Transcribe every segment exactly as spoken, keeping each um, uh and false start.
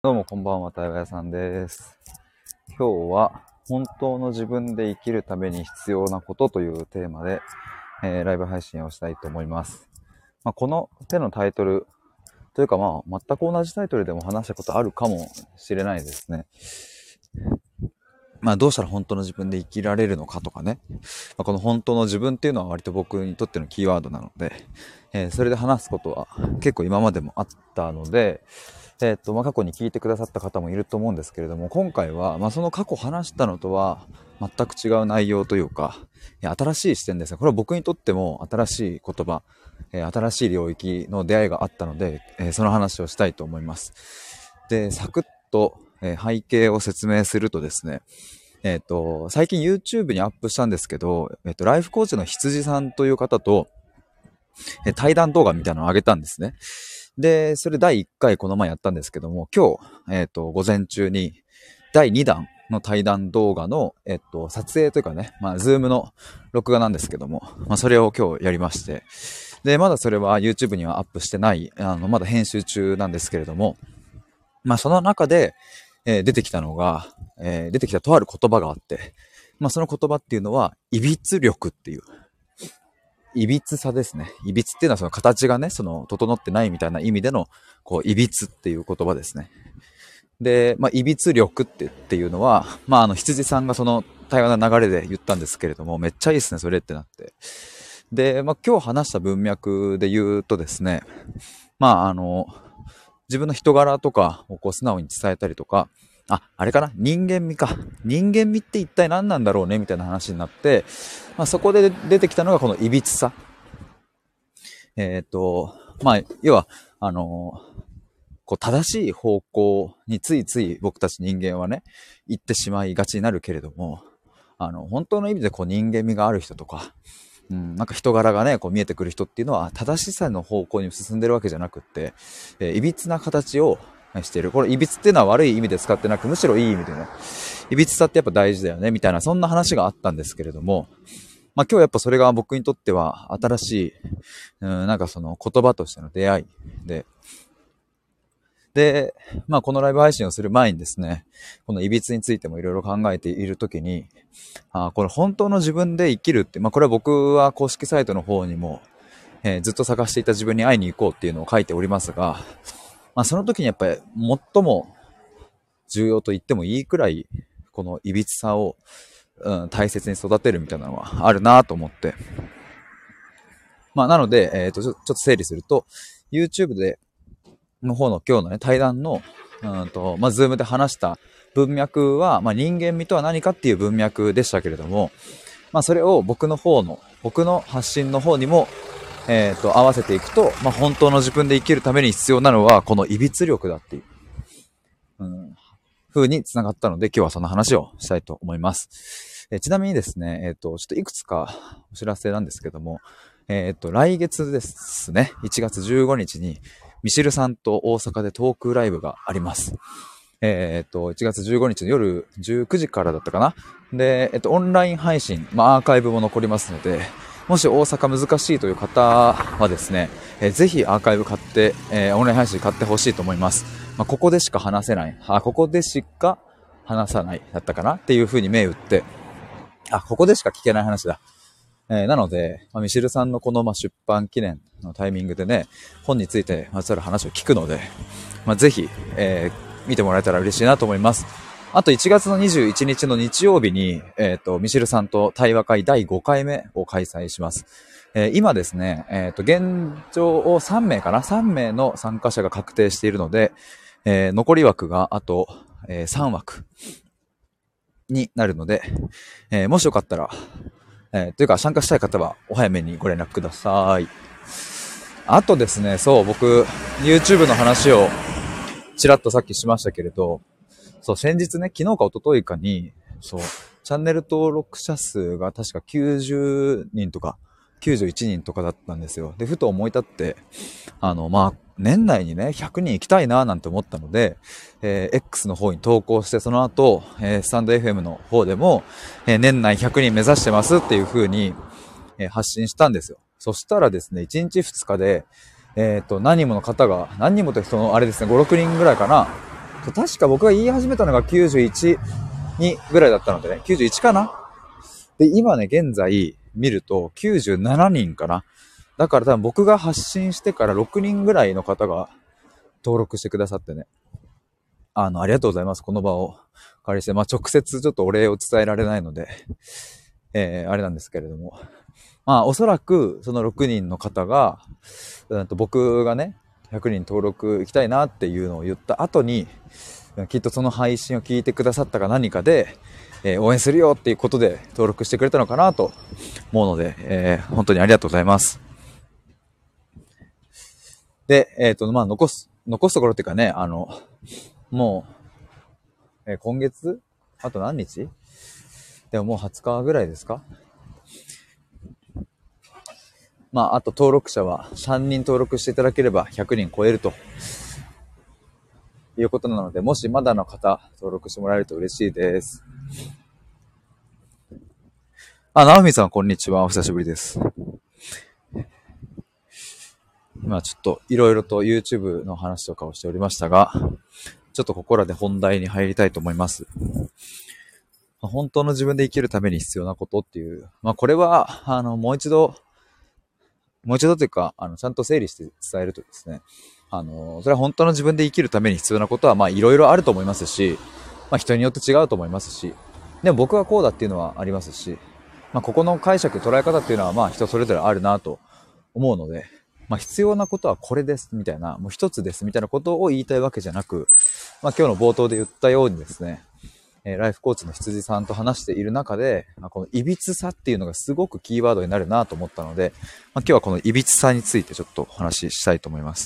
どうもこんばんは、対話屋さんです。今日は本当の自分で生きるために必要なことというテーマで、えーライブ配信をしたいと思います。まあ、この手のタイトルというか、まあ全く同じタイトルでも話したことあるかもしれないですね。まあどうしたら本当の自分で生きられるのかとかね。まあ、この本当の自分っていうのは割と僕にとってのキーワードなので、えーそれで話すことは結構今までもあったので、えーっと、まあ、過去に聞いてくださった方もいると思うんですけれども、今回は、まあ、その過去話したのとは全く違う内容というか、いや新しい視点ですね。これは僕にとっても新しい言葉、えー新しい領域の出会いがあったので、えーその話をしたいと思います。で、サクッと、えー背景を説明するとですね、えっと、最近 YouTube にアップしたんですけど、えっと、ライフコーチの羊さんという方と、え対談動画みたいなのを上げたんですね。で、それだいいっかいこの前やったんですけども、今日、えっと、午前中にだいにだんの対談動画の、えっと、撮影というかね、まあ、ズームの録画なんですけども、まあ、それを今日やりまして、で、まだそれは YouTube にはアップしてない、あの、まだ編集中なんですけれども、まあ、その中で、えー出てきたのが、えー出てきたとある言葉があって、まあ、その言葉っていうのは、いびつ力っていう、いびつさですね。いびつっていうのはその形がね、その整ってないみたいな意味での、こう、いびつっていう言葉ですね。で、まあ、いびつ力ってっていうのは、まあ、あの、羊さんがその対話の流れで言ったんですけれども、めっちゃいいですね、それってなって。で、まあ、今日話した文脈で言うとですね、まあ、あの、自分の人柄とかをこう素直に伝えたりとか、あ、あれかな人間味か。人間味って一体何なんだろうねみたいな話になって、まあ、そこで出てきたのがこのいびつさ。えっと、まあ、要は、あのこう正しい方向についつい僕たち人間はね、行ってしまいがちになるけれども、あの、本当の意味でこう人間味がある人とか、うん、なんか人柄がね、こう見えてくる人っていうのは正しさの方向に進んでるわけじゃなくって、えー、いびつな形をしている。これ、いびつっていうのは悪い意味で使ってなく、むしろいい意味でね、いびつさってやっぱ大事だよね、みたいな、そんな話があったんですけれども、まあ今日やっぱそれが僕にとっては新しい、うん、なんかその言葉としての出会いで、で、まあこのライブ配信をする前にですね、このいびつについてもいろいろ考えているときに、あこれ本当の自分で生きるって、まあこれは僕は公式サイトの方にも、えーずっと探していた自分に会いに行こうっていうのを書いておりますが、まあその時にやっぱり最も重要と言ってもいいくらい、このいびつさを、うん、大切に育てるみたいなのはあるなと思って。まあなので、えっ、とちょ、ちょっと整理すると、YouTube での方の今日のね、対談の、うんと、まあ、ズームで話した文脈は、まあ、人間味とは何かっていう文脈でしたけれども、まあ、それを僕の方の、僕の発信の方にも、えっと、合わせていくと、まあ、本当の自分で生きるために必要なのは、このいびつ力だっていう、うん、風に繋がったので、今日はその話をしたいと思います。えちなみにですね、えっと、ちょっといくつかお知らせなんですけども、えっと、来月ですね、いちがつじゅうごにちに、ミシルさんと大阪でトークライブがあります。えっと、いちがつじゅうごにちの夜じゅうくじからだったかな。で、えっと、オンライン配信、まあ、アーカイブも残りますので、もし大阪難しいという方はですね、えーぜひアーカイブ買って、えーオンライン配信買ってほしいと思います。まあ、ここでしか話せない。あ、ここでしか話さない。だったかなっていう風に銘打って、あ、ここでしか聞けない話だ。えーなので、まあ、ミシルさんのこの、まあ、出版記念のタイミングでね、本についてまつわる話を聞くので、まあ、ぜひ、えー見てもらえたら嬉しいなと思います。あといちがつのにじゅういちにちの日曜日に、えっと、ミシルさんと対話会だいごかいめを開催します。えー今ですね、えっと、現状をさんめいかな ?さん 名の参加者が確定しているので、えー残り枠があと、えーさんわくになるので、えーもしよかったら、えーというか参加したい方はお早めにご連絡ください。あとですね、そう、僕、YouTube の話をちらっとさっきしましたけれど、そう、先日ね、昨日か一昨日かに、そう、チャンネル登録者数が確かきゅうじゅうにんとか、きゅうじゅういちにんとかだったんですよ。で、ふと思い立って、あの、まあ、年内にね、ひゃくにん行きたいななんて思ったので、えー X の方に投稿して、その後、えースタンド エフエム の方でも、えー年内ひゃくにん目指してますっていう風に、えー発信したんですよ。そしたらですね、いちにちふつかで、えっと、何人もの方が、何人もという人の、あれですね、ご、ろくにんぐらいかな、 確か僕が言い始めたのがきゅうじゅういち、にぐらいだったのでね、きゅうじゅういちかな。で、今ね、現在見るときゅうじゅうななにんかな。だから多分僕が発信してからろくにんぐらいの方が登録してくださってね。あの、ありがとうございます。この場を借りして、まあ、直接ちょっとお礼を伝えられないので、えー、あれなんですけれども。まあ、おそらくそのろくにんの方が、うんと僕がね、ひゃくにん登録行きたいなっていうのを言った後に、きっとその配信を聞いてくださったか何かで、えー、応援するよっていうことで登録してくれたのかなと思うので、えー、本当にありがとうございます。で、えっと、まあ、残す、残すところっていうかね、あの、もう、えー、今月あと何日でももうはつかぐらいですか。まあ、あと登録者はさんにん登録していただければひゃくにん超えるということなので、もしまだの方登録してもらえると嬉しいです。あ、なおみさんこんにちは。お久しぶりです。今ちょっといろいろと YouTube の話とかをしておりましたが、ちょっとここらで本題に入りたいと思います。本当の自分で生きるために必要なことっていう、まあこれは、あの、もう一度、もう一度というか、あの、ちゃんと整理して伝えるとですね、あの、それは本当の自分で生きるために必要なことは、まあいろいろあると思いますし、まあ人によって違うと思いますし、でも僕はこうだっていうのはありますし、まあここの解釈、捉え方っていうのはまあ人それぞれあるなと思うので、まあ必要なことはこれですみたいな、もう一つですみたいなことを言いたいわけじゃなく、まあ今日の冒頭で言ったようにですね、えー、ライフコーチの羊さんと話している中で、まあ、このいびつさっていうのがすごくキーワードになるなと思ったので、まあ、今日はこのいびつさについてちょっとお話ししたいと思います。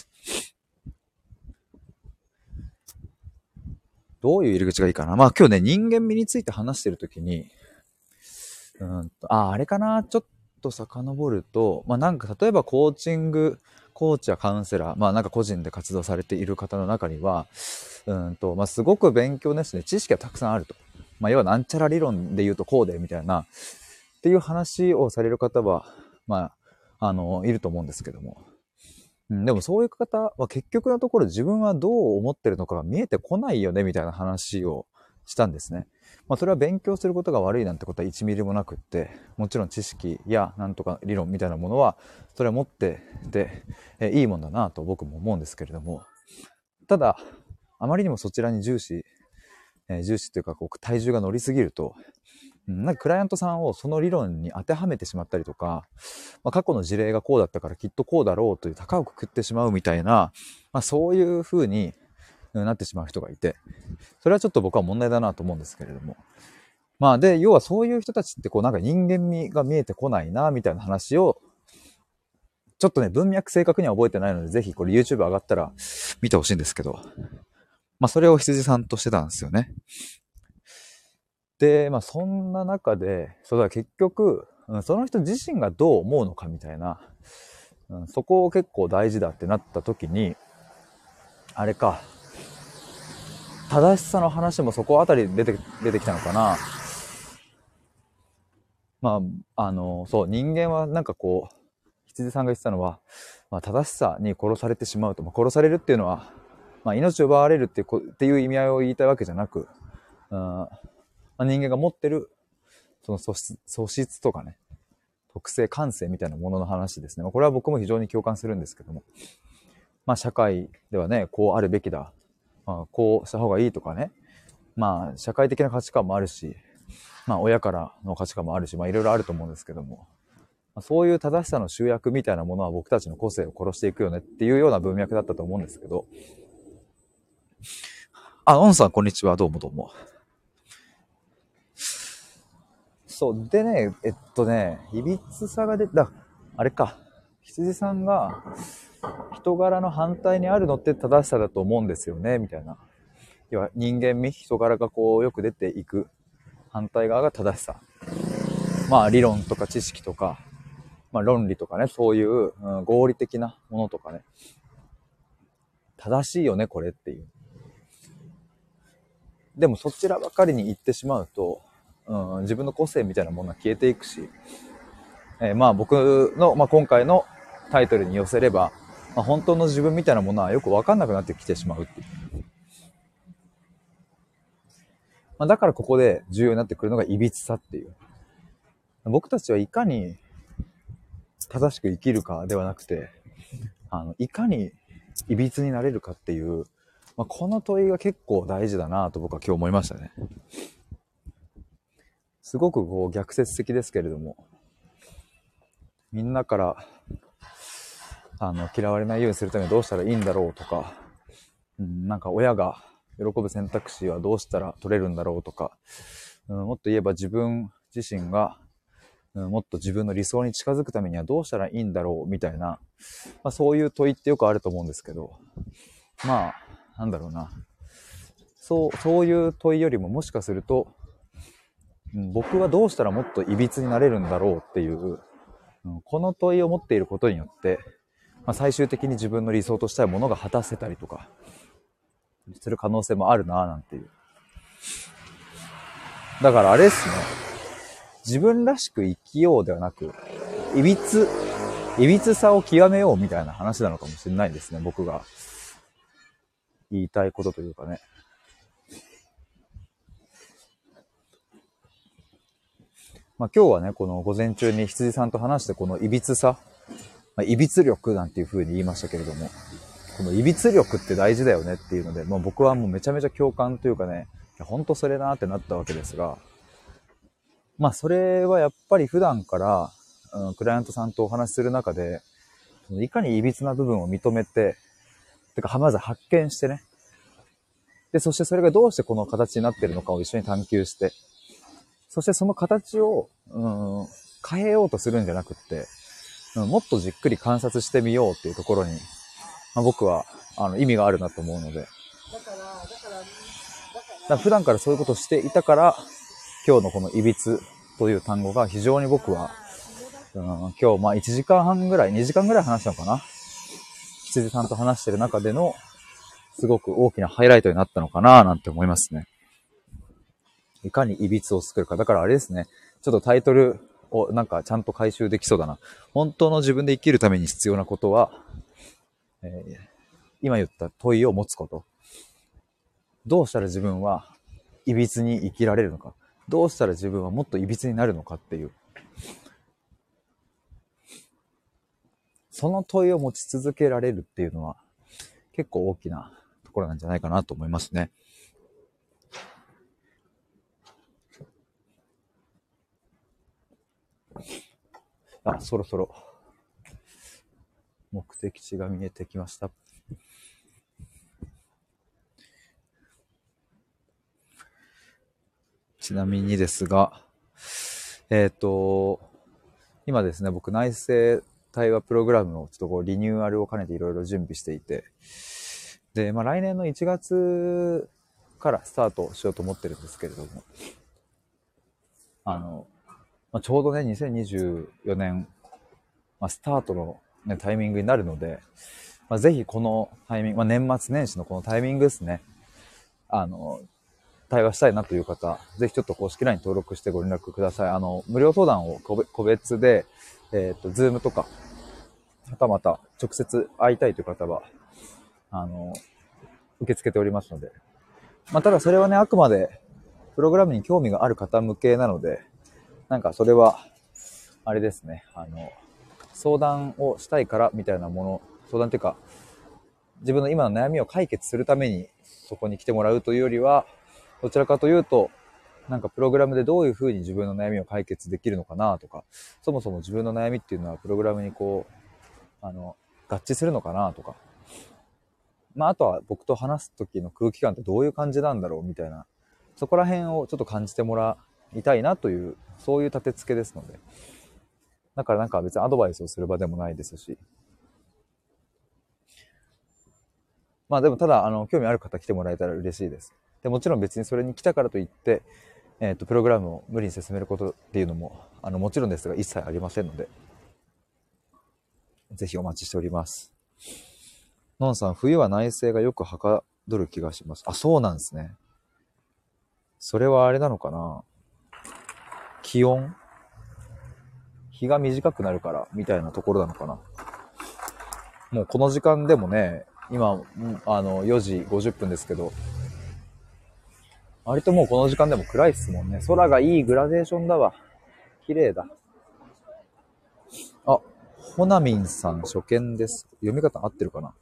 どういう入り口がいいかな。まあ今日ね、人間味について話してるときに、うんと、あ、あれかな、ちょっと遡ると、まあなんか例えばコーチング、コーチやカウンセラー、まあなんか個人で活動されている方の中には、うんと、まあすごく勉強ですね、知識がたくさんあると。まあ要はなんちゃら理論で言うとこうで、みたいな、っていう話をされる方は、まあ、あの、いると思うんですけども。うん、でもそういう方は結局のところ自分はどう思ってるのかが見えてこないよね、みたいな話をしたんですね。まあそれは勉強することが悪いなんてことはいちミリもなくって、もちろん知識やなんとか理論みたいなものは、それは持ってて、えいいもんだなと僕も思うんですけれども、ただ、あまりにもそちらに重視、えー、重視というかこう体重が乗りすぎると、なんかクライアントさんをその理論に当てはめてしまったりとか、まあ、過去の事例がこうだったからきっとこうだろうという高をくくってしまうみたいな、まあ、そういう風になってしまう人がいて、それはちょっと僕は問題だなと思うんですけれども。まあで、要はそういう人たちってこうなんか人間味が見えてこないなみたいな話を、ちょっとね、文脈正確には覚えてないので、ぜひこれ YouTube 上がったら見てほしいんですけど、まあそれを羊さんとしてたんですよね。で、まあそんな中で、そうだ結局、うん、その人自身がどう思うのかみたいな、うん、そこを結構大事だってなった時に、あれか、正しさの話もそこあたりで出て、出てきたのかな。まあ、あの、そう、人間はなんかこう、羊さんが言ってたのは、まあ、正しさに殺されてしまうと。まあ、殺されるっていうのは、まあ、命を奪われるっていうこ、っていう意味合いを言いたいわけじゃなく、うん、まあ、人間が持ってる、その素質、素質とかね、特性、感性みたいなものの話ですね。まあ、これは僕も非常に共感するんですけども。まあ、社会ではね、こうあるべきだ。まあ、こうした方がいいとかね。まあ、社会的な価値観もあるし、まあ、親からの価値観もあるし、まあ、いろいろあると思うんですけども。まあ、そういう正しさの集約みたいなものは僕たちの個性を殺していくよねっていうような文脈だったと思うんですけど。あ、オンさん、こんにちは。どうもどうも。そう。でね、えっとね、いびつさが出た、あれか。羊さんが人柄の反対にあるのって正しさだと思うんですよね、みたいな。要は人間味、人柄がこうよく出ていく反対側が正しさ。まあ理論とか知識とか、まあ論理とかね、そういう、うん、合理的なものとかね。正しいよね、これっていう。でもそちらばかりに行ってしまうと、うん、自分の個性みたいなものは消えていくし、えー、まあ僕の、まあ、今回のタイトルに寄せれば、まあ、本当の自分みたいなものはよく分かんなくなってきてしまうっていう。 まあ、だからここで重要になってくるのがいびつさっていう。僕たちはいかに正しく生きるかではなくて、あの、いかにいびつになれるかっていう、まあ、この問いが結構大事だなと僕は今日思いましたね。すごくこう逆説的ですけれども、みんなからあの嫌われないようにするためにどうしたらいいんだろうとか、うん、なんか親が喜ぶ選択肢はどうしたら取れるんだろうとか、うん、もっと言えば自分自身が、うん、もっと自分の理想に近づくためにはどうしたらいいんだろうみたいな、まあ、そういう問いってよくあると思うんですけど、まあなんだろうな、そうそういう問いよりももしかすると、うん、僕はどうしたらもっといびつになれるんだろうっていう、うん、この問いを持っていることによって、まあ、最終的に自分の理想としたいものが果たせたりとかする可能性もあるなぁなんていう。だからあれですね、自分らしく生きようではなく、いびつ、いびつさを極めようみたいな話なのかもしれないですね、僕が言いたいことというかね。まあ今日はね、この午前中に羊さんと話してこのいびつさ、まあ、いびつ力なんていう風に言いましたけれども、このいびつ力って大事だよねっていうので、もう僕はもうめちゃめちゃ共感というかね、いや本当それなーってなったわけですが、まあそれはやっぱり普段から、うん、クライアントさんとお話しする中で、いかにいびつな部分を認めて、てかまず発見してね、で、そしてそれがどうしてこの形になっているのかを一緒に探求して、そしてその形を、うん、変えようとするんじゃなくって、うん、もっとじっくり観察してみようっていうところに、まあ、僕はあの意味があるなと思うので、だからだからだから普段からそういうことをしていたから、今日のこのいびつという単語が非常に僕は、うん、今日まあいちじかんはんぐらい、にじかんぐらい話したのかな。羊さんと話してる中でのすごく大きなハイライトになったのかななんて思いますね。いかにいびつを作るか。だからあれですね。ちょっとタイトルをなんかちゃんと回収できそうだな。本当の自分で生きるために必要なことは、えー、今言った問いを持つこと。どうしたら自分はいびつに生きられるのか。どうしたら自分はもっといびつになるのかっていう。その問いを持ち続けられるっていうのは結構大きなところなんじゃないかなと思いますね。あ、そろそろ目的地が見えてきました。ちなみにですが、えっと、今ですね、僕内政対話プログラムのちょっとこうリニューアルを兼ねていろいろ準備していて、で、まあ来年のいちがつからスタートしようと思ってるんですけれども、あの、まあ、ちょうどね、にせんにじゅうよねん、まあ、スタートの、ね、タイミングになるので、まあ、ぜひこのタイミング、まあ、年末年始のこのタイミングですね、あの、対話したいなという方、ぜひちょっと公式 ライン 登録してご連絡ください。あの、無料相談を個別で、えっと、ズームとか、はたまた直接会いたいという方は、あの、受け付けておりますので。まあ、ただそれはね、あくまで、プログラムに興味がある方向けなので、なんかそれは、あれですね、あの、相談をしたいからみたいなもの、相談っていうか、自分の今の悩みを解決するためにそこに来てもらうというよりは、どちらかというと、なんかプログラムでどういうふうに自分の悩みを解決できるのかなとか、そもそも自分の悩みっていうのはプログラムにこう、あの、合致するのかなとか、まああとは僕と話す時の空気感ってどういう感じなんだろうみたいな、そこら辺をちょっと感じてもらいたいなという、そういう立て付けですので、だからなんか別にアドバイスをする場でもないですし、まあでもただ、あの、興味ある方来てもらえたら嬉しいです。で、もちろん別にそれに来たからといって、えっと、プログラムを無理に進めることっていうのも、あの、もちろんですが一切ありませんので、ぜひお待ちしております。のんさん、冬は内政がよくはかどる気がします。あ、そうなんですね。それはあれなのかな、気温日が短くなるからみたいなところなのかな。もうこの時間でもね、今あのよじごじゅっぷんですけど、 割ともうこの時間でも暗いっすもんね。空がいいグラデーションだわ。綺麗だ。あ、ほなみんさん初見です。読み方合ってるかな？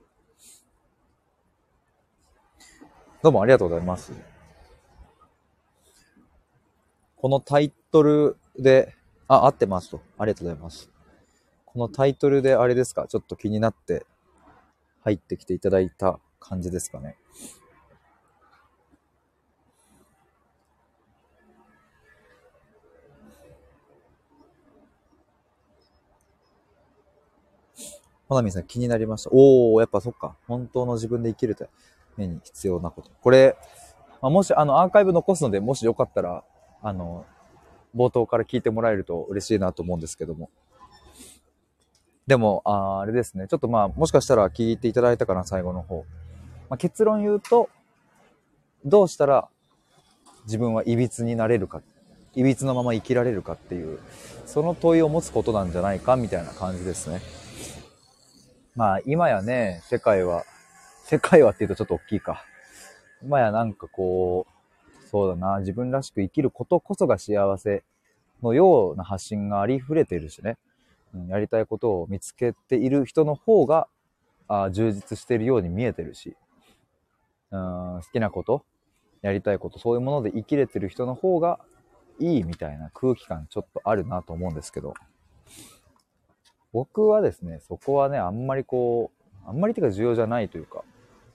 どうもありがとうございます。このタイトルで、あ、合ってますと。ありがとうございます。このタイトルであれですか？ちょっと気になって入ってきていただいた感じですかね。ほなみんさん気になりました。おー、やっぱそっか。本当の自分で生きるために必要なこと。これ、まあ、もしあのアーカイブ残すので、もしよかったら、あの、冒頭から聞いてもらえると嬉しいなと思うんですけども。でも、あ、あれですね。ちょっとまあ、もしかしたら聞いていただいたかな、最後の方。まあ、結論言うと、どうしたら自分はいびつになれるか、いびつのまま生きられるかっていう、その問いを持つことなんじゃないか、みたいな感じですね。まあ、今やね、世界は、世界はって言うとちょっと大きいか。今やなんかこう、そうだな、自分らしく生きることこそが幸せのような発信がありふれているしね。うん、やりたいことを見つけている人の方があ充実しているように見えてるし、うん、好きなこと、やりたいこと、そういうもので生きれてる人の方がいいみたいな空気感ちょっとあるなと思うんですけど、僕はですね、そこはね、あんまりこう、あんまりてか重要じゃないというか、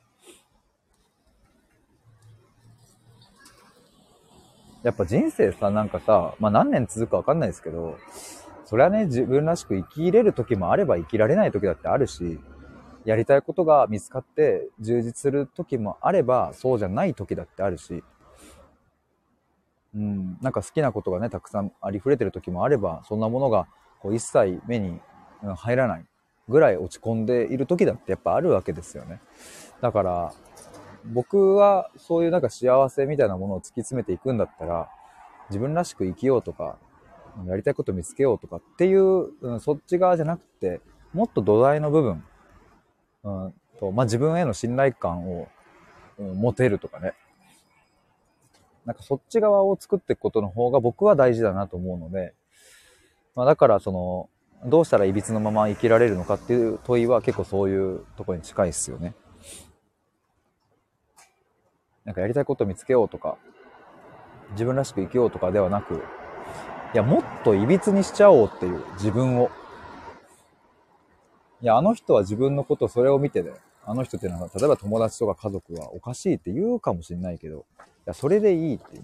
やっぱ人生さ、なんかさ、まあ何年続くかわかんないですけど、それはね、自分らしく生きれる時もあれば生きられない時だってあるし、やりたいことが見つかって充実する時もあれば、そうじゃない時だってあるし、うん、なんか好きなことがね、たくさんありふれてる時もあれば、そんなものがこう一切目に入らないぐらい落ち込んでいる時だってやっぱあるわけですよね。だから、僕はそういうなんか幸せみたいなものを突き詰めていくんだったら、自分らしく生きようとか、やりたいことを見つけようとかっていう、うん、そっち側じゃなくて、もっと土台の部分、うんとまあ、自分への信頼感を、うん、持てるとかね。なんかそっち側を作っていくことの方が僕は大事だなと思うので、まあ、だからその、どうしたらいびつのまま生きられるのかっていう問いは結構そういうところに近いですよね。なんかやりたいことを見つけようとか、自分らしく生きようとかではなく、いや、もっといびつにしちゃおうっていう自分を。いや、あの人は自分のことをそれを見てね、あの人っていうのは、例えば友達とか家族はおかしいって言うかもしれないけど、いや、それでいいっていう。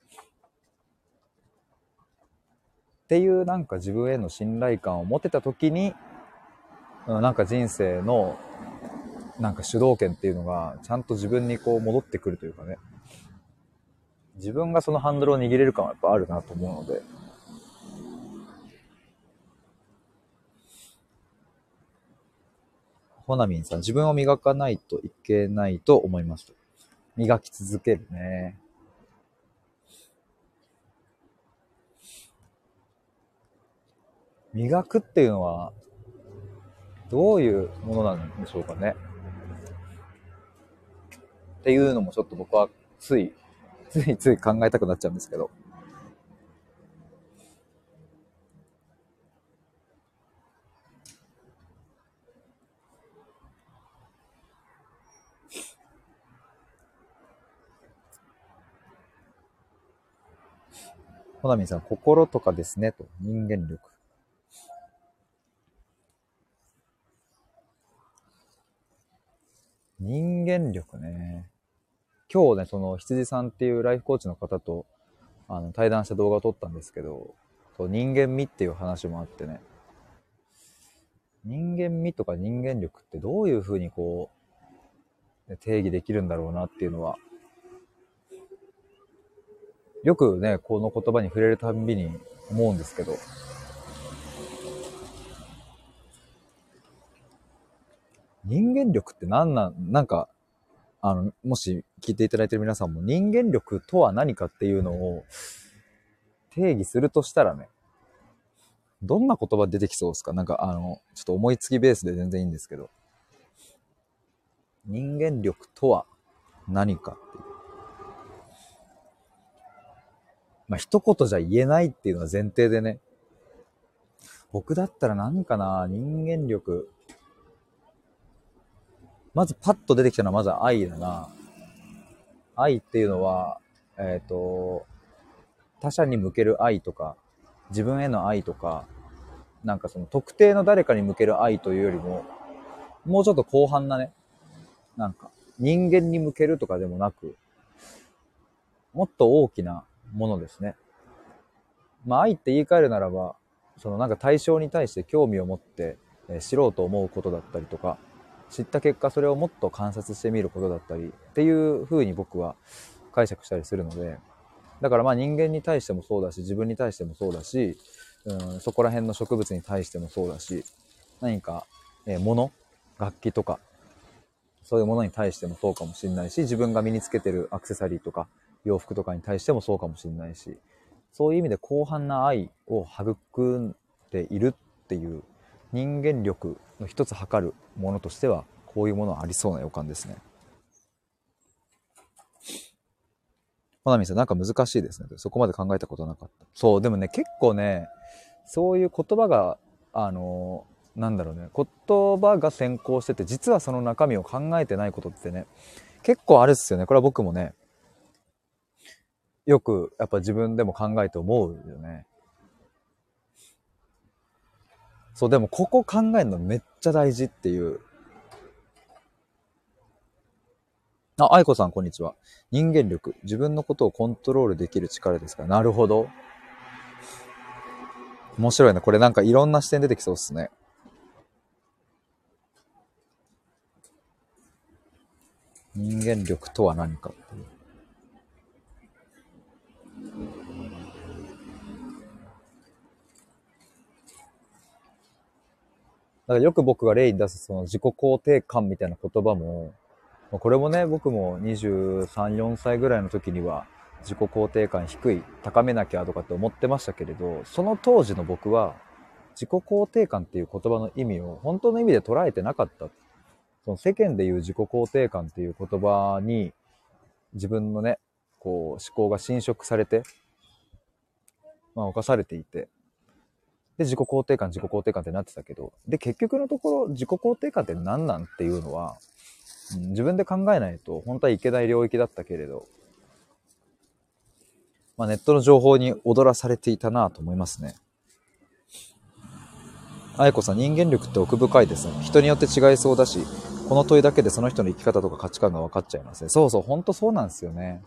っていうなんか自分への信頼感を持てた時に、うん、なんか人生のなんか主導権っていうのがちゃんと自分にこう戻ってくるというかね、自分がそのハンドルを握れる感はやっぱあるなと思うので、ほなみんさん、自分を磨かないといけないと思います。磨き続けるね。磨くっていうのはどういうものなんでしょうかね。っていうのもちょっと僕はつい、ついつい考えたくなっちゃうんですけど。ほなみんさん、心とかですね、と。人間力。人間力ね。今日ね、その羊さんっていうライフコーチの方とあの対談した動画を撮ったんですけど、人間味っていう話もあってね、人間味とか人間力ってどういうふうにこう、定義できるんだろうなっていうのは、よくね、この言葉に触れるたんびに思うんですけど、人間力って何なん、なんか、あの、もし聞いていただいている皆さんも人間力とは何かっていうのを定義するとしたらね、どんな言葉出てきそうですか？なんかあの、ちょっと思いつきベースで全然いいんですけど、人間力とは何かっていう。 まあ一言じゃ言えないっていうのは前提でね、僕だったら何かな、人間力。まずパッと出てきたのはまず愛だな。愛っていうのは、えっと、他者に向ける愛とか、自分への愛とか、なんかその特定の誰かに向ける愛というよりも、もうちょっと広範なね、なんか人間に向けるとかでもなく、もっと大きなものですね。まあ愛って言い換えるならば、そのなんか対象に対して興味を持って、えー知ろうと思うことだったりとか、知った結果それをもっと観察してみることだったりっていう風に僕は解釈したりするので、だからまあ人間に対してもそうだし、自分に対してもそうだし、うん、そこら辺の植物に対してもそうだし、何か、えー物、楽器とか、そういうものに対してもそうかもしれないし、自分が身につけてるアクセサリーとか洋服とかに対してもそうかもしれないし、そういう意味で広範な愛を育んでいるっていう人間力の一つ測るものとしては、こういうものはありそうな予感ですね。ほなみさん、なんか難しいですね。そこまで考えたことなかった。そう、でもね、結構ね、そういう言葉が、あの、なんだろうね、言葉が先行してて、実はその中身を考えてないことってね、結構あるっすよね。これは僕もね、よくやっぱ自分でも考えて思うよね。そう、でもここ考えるのめっちゃ大事っていう。あ、愛子さんこんにちは。人間力、自分のことをコントロールできる力ですから。なるほど。面白いね。これなんかいろんな視点出てきそうっすね。人間力とは何かっていう。だからよく僕が例に出すその自己肯定感みたいな言葉も、これもね、僕もにじゅうさん、よんさいぐらいの時には自己肯定感低い、高めなきゃとかって思ってましたけれど、その当時の僕は自己肯定感っていう言葉の意味を本当の意味で捉えてなかった。その世間でいう自己肯定感っていう言葉に自分のね、こう思考が侵食されて、まあ侵されていて、で、自己肯定感、自己肯定感ってなってたけど、で、結局のところ自己肯定感って何なんっていうのは、うん、自分で考えないと本当はいけない領域だったけれど、まあ、ネットの情報に踊らされていたなと思いますね。あやこさん、人間力って奥深いですね。人によって違いそうだし、この問いだけでその人の生き方とか価値観が分かっちゃいますね。そうそう、本当そうなんですよね。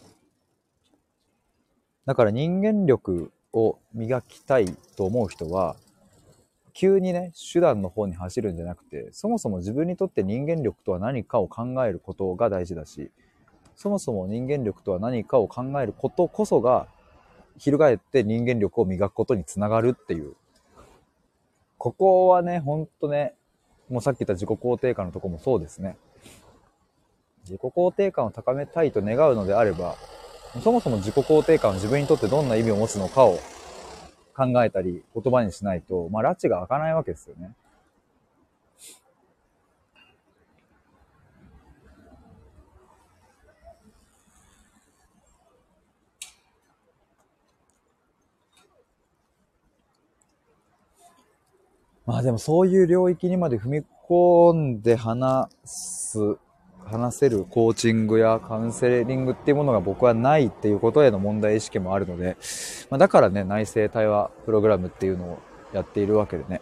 だから人間力を磨きたいと思う人は、急にね、手段の方に走るんじゃなくて、そもそも自分にとって人間力とは何かを考えることが大事だし、そもそも人間力とは何かを考えることこそが、翻って人間力を磨くことにつながるっていう。ここはね、ほんとね、もうさっき言った自己肯定感のとこもそうですね。自己肯定感を高めたいと願うのであれば、そもそも自己肯定感を自分にとってどんな意味を持つのかを考えたり言葉にしないと、まあ、拉致が開かないわけですよね。まあでもそういう領域にまで踏み込んで話す、話せるコーチングやカウンセリングっていうものが僕はないっていうことへの問題意識もあるので、まあ、だからね、内政対話プログラムっていうのをやっているわけでね。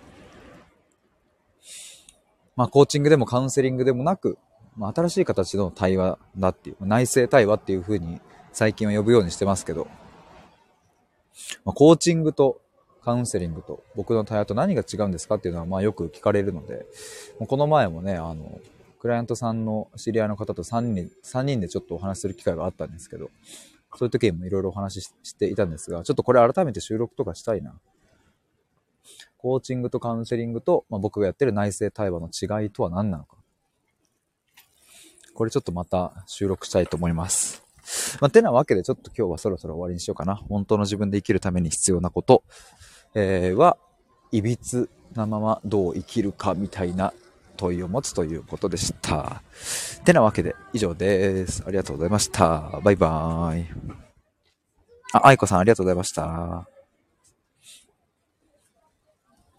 まあコーチングでもカウンセリングでもなく、まあ、新しい形の対話だっていう、内政対話っていうふうに最近は呼ぶようにしてますけど、まあ、コーチングとカウンセリングと僕の対話と何が違うんですかっていうのはまあよく聞かれるので、この前もね、あの、クライアントさんの知り合いの方とさんにん、さんにんでちょっとお話しする機会があったんですけど、そういう時にもいろいろお話ししていたんですが、ちょっとこれ改めて収録とかしたいな。コーチングとカウンセリングと、まあ、僕がやってる内政対話の違いとは何なのか。これちょっとまた収録したいと思います。まあ、てなわけでちょっと今日はそろそろ終わりにしようかな。本当の自分で生きるために必要なこと、えー、は、いびつなままどう生きるかみたいな問いを持つということでした。てなわけで以上です。ありがとうございました。バイバーイ。 あ、愛子さんありがとうございました。